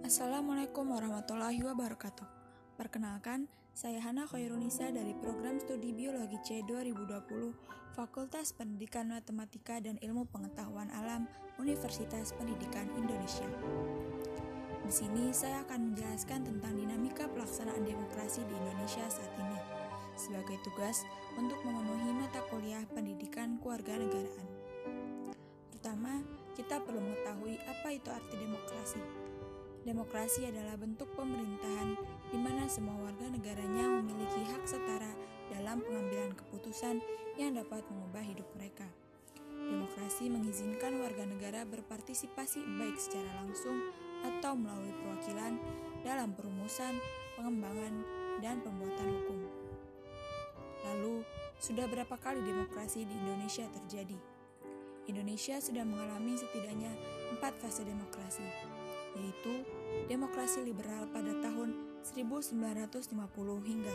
Assalamualaikum warahmatullahi wabarakatuh. Perkenalkan, saya Hana Khairunisa dari Program Studi Biologi C 2020, Fakultas Pendidikan Matematika dan Ilmu Pengetahuan Alam, Universitas Pendidikan Indonesia. Di sini saya akan menjelaskan tentang dinamika pelaksanaan demokrasi di Indonesia saat ini, sebagai tugas untuk memenuhi mata kuliah pendidikan kewarganegaraan. Pertama, kita perlu mengetahui apa itu arti demokrasi. Demokrasi adalah bentuk pemerintahan di mana semua warga negaranya memiliki hak setara dalam pengambilan keputusan yang dapat mengubah hidup mereka. Demokrasi mengizinkan warga negara berpartisipasi baik secara langsung atau melalui perwakilan dalam perumusan, pengembangan, dan pembuatan hukum. Lalu, sudah berapa kali demokrasi di Indonesia terjadi? Indonesia sudah mengalami setidaknya 4 fase demokrasi, yaitu demokrasi liberal pada tahun 1950 hingga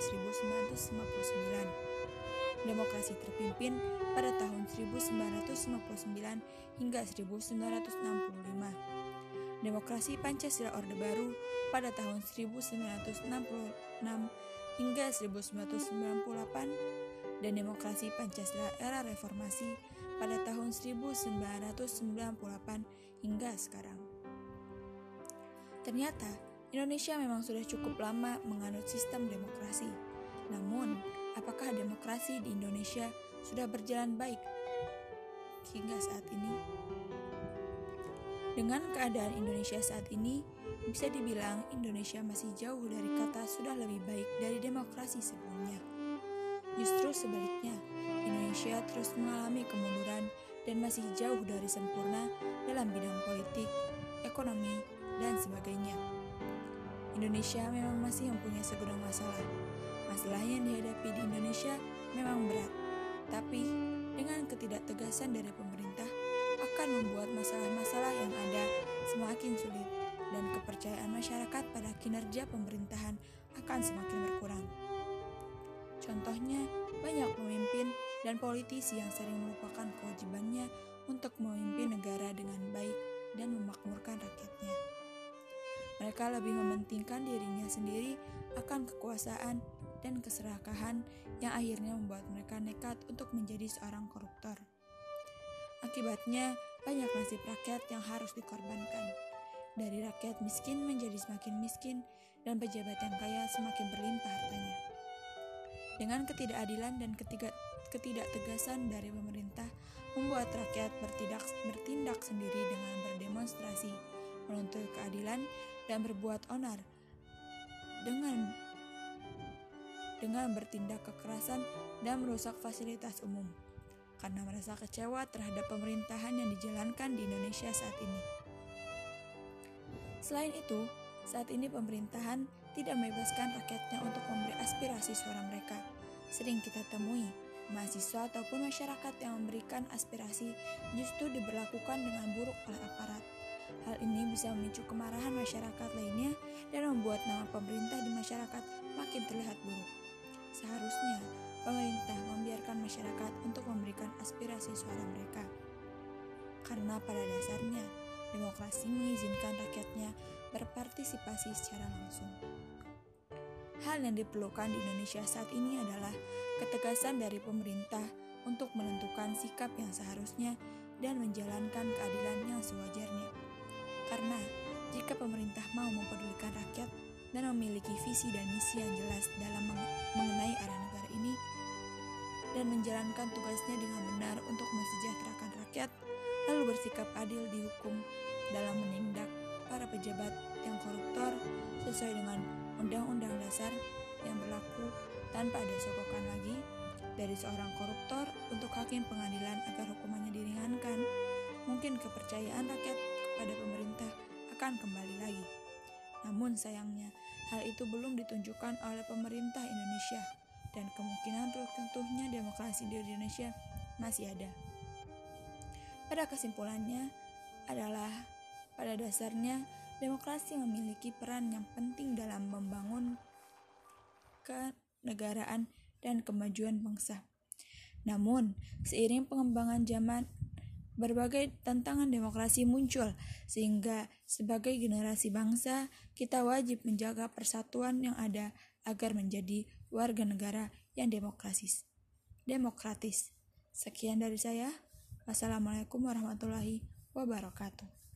1959, demokrasi terpimpin pada tahun 1959 hingga 1965, demokrasi Pancasila Orde Baru pada tahun 1966 hingga 1998, dan demokrasi Pancasila era reformasi pada tahun 1998 hingga sekarang. Ternyata, Indonesia memang sudah cukup lama menganut sistem demokrasi. Namun, apakah demokrasi di Indonesia sudah berjalan baik hingga saat ini? Dengan keadaan Indonesia saat ini, bisa dibilang Indonesia masih jauh dari kata sudah lebih baik dari demokrasi sebelumnya. Justru sebaliknya, Indonesia terus mengalami kemunduran dan masih jauh dari sempurna dalam bidang politik, ekonomi, dan sebagainya. Indonesia memang masih mempunyai segudang masalah. Masalah yang dihadapi di Indonesia memang berat, tapi dengan ketidaktegasan dari pemerintah akan membuat masalah-masalah yang ada semakin sulit dan kepercayaan masyarakat pada kinerja pemerintahan akan semakin berkurang. Contohnya, banyak pemimpin dan politisi yang sering melupakan kewajibannya untuk memimpin negara dengan baik dan memakmurkan rakyatnya. Mereka lebih mementingkan dirinya sendiri akan kekuasaan dan keserakahan yang akhirnya membuat mereka nekat untuk menjadi seorang koruptor. Akibatnya, banyak nasib rakyat yang harus dikorbankan. Dari rakyat miskin menjadi semakin miskin dan pejabat yang kaya semakin berlimpah hartanya. Dengan ketidakadilan dan ketidaktegasan dari pemerintah membuat rakyat bertindak sendiri dengan berdemonstrasi, menuntut keadilan, dan berbuat onar dengan bertindak kekerasan dan merusak fasilitas umum karena merasa kecewa terhadap pemerintahan yang dijalankan di Indonesia saat ini. Selain itu, saat ini pemerintahan tidak membebaskan rakyatnya untuk memberi aspirasi suara mereka. Sering kita temui mahasiswa ataupun masyarakat yang memberikan aspirasi justru diberlakukan dengan buruk oleh aparat. Hal ini bisa memicu kemarahan masyarakat lainnya dan membuat nama pemerintah di masyarakat makin terlihat buruk. Seharusnya pemerintah membiarkan masyarakat untuk memberikan aspirasi suara mereka. Karena pada dasarnya demokrasi mengizinkan rakyatnya berpartisipasi secara langsung. Hal yang diperlukan di Indonesia saat ini adalah ketegasan dari pemerintah untuk menentukan sikap yang seharusnya dan menjalankan keadilan yang sewajarnya. Karena jika pemerintah mau mempedulikan rakyat dan memiliki visi dan misi yang jelas dalam mengenai arah negara ini dan menjalankan tugasnya dengan benar untuk mensejahterakan rakyat, lalu bersikap adil di hukum dalam menindak para pejabat yang koruptor sesuai dengan Undang-Undang Dasar yang berlaku tanpa ada sogokan lagi dari seorang koruptor untuk hakim pengadilan agar hukumannya diringankan, mungkin kepercayaan rakyat kepada pemerintah akan kembali lagi. Namun sayangnya, hal itu belum ditunjukkan oleh pemerintah Indonesia dan kemungkinan runtuhnya demokrasi di Indonesia masih ada. Pada kesimpulannya adalah pada dasarnya demokrasi memiliki peran yang penting dalam membangun kenegaraan dan kemajuan bangsa. Namun, seiring pengembangan zaman berbagai tantangan demokrasi muncul, sehingga sebagai generasi bangsa, kita wajib menjaga persatuan yang ada agar menjadi warga negara yang demokratis. Sekian dari saya. Wassalamualaikum warahmatullahi wabarakatuh.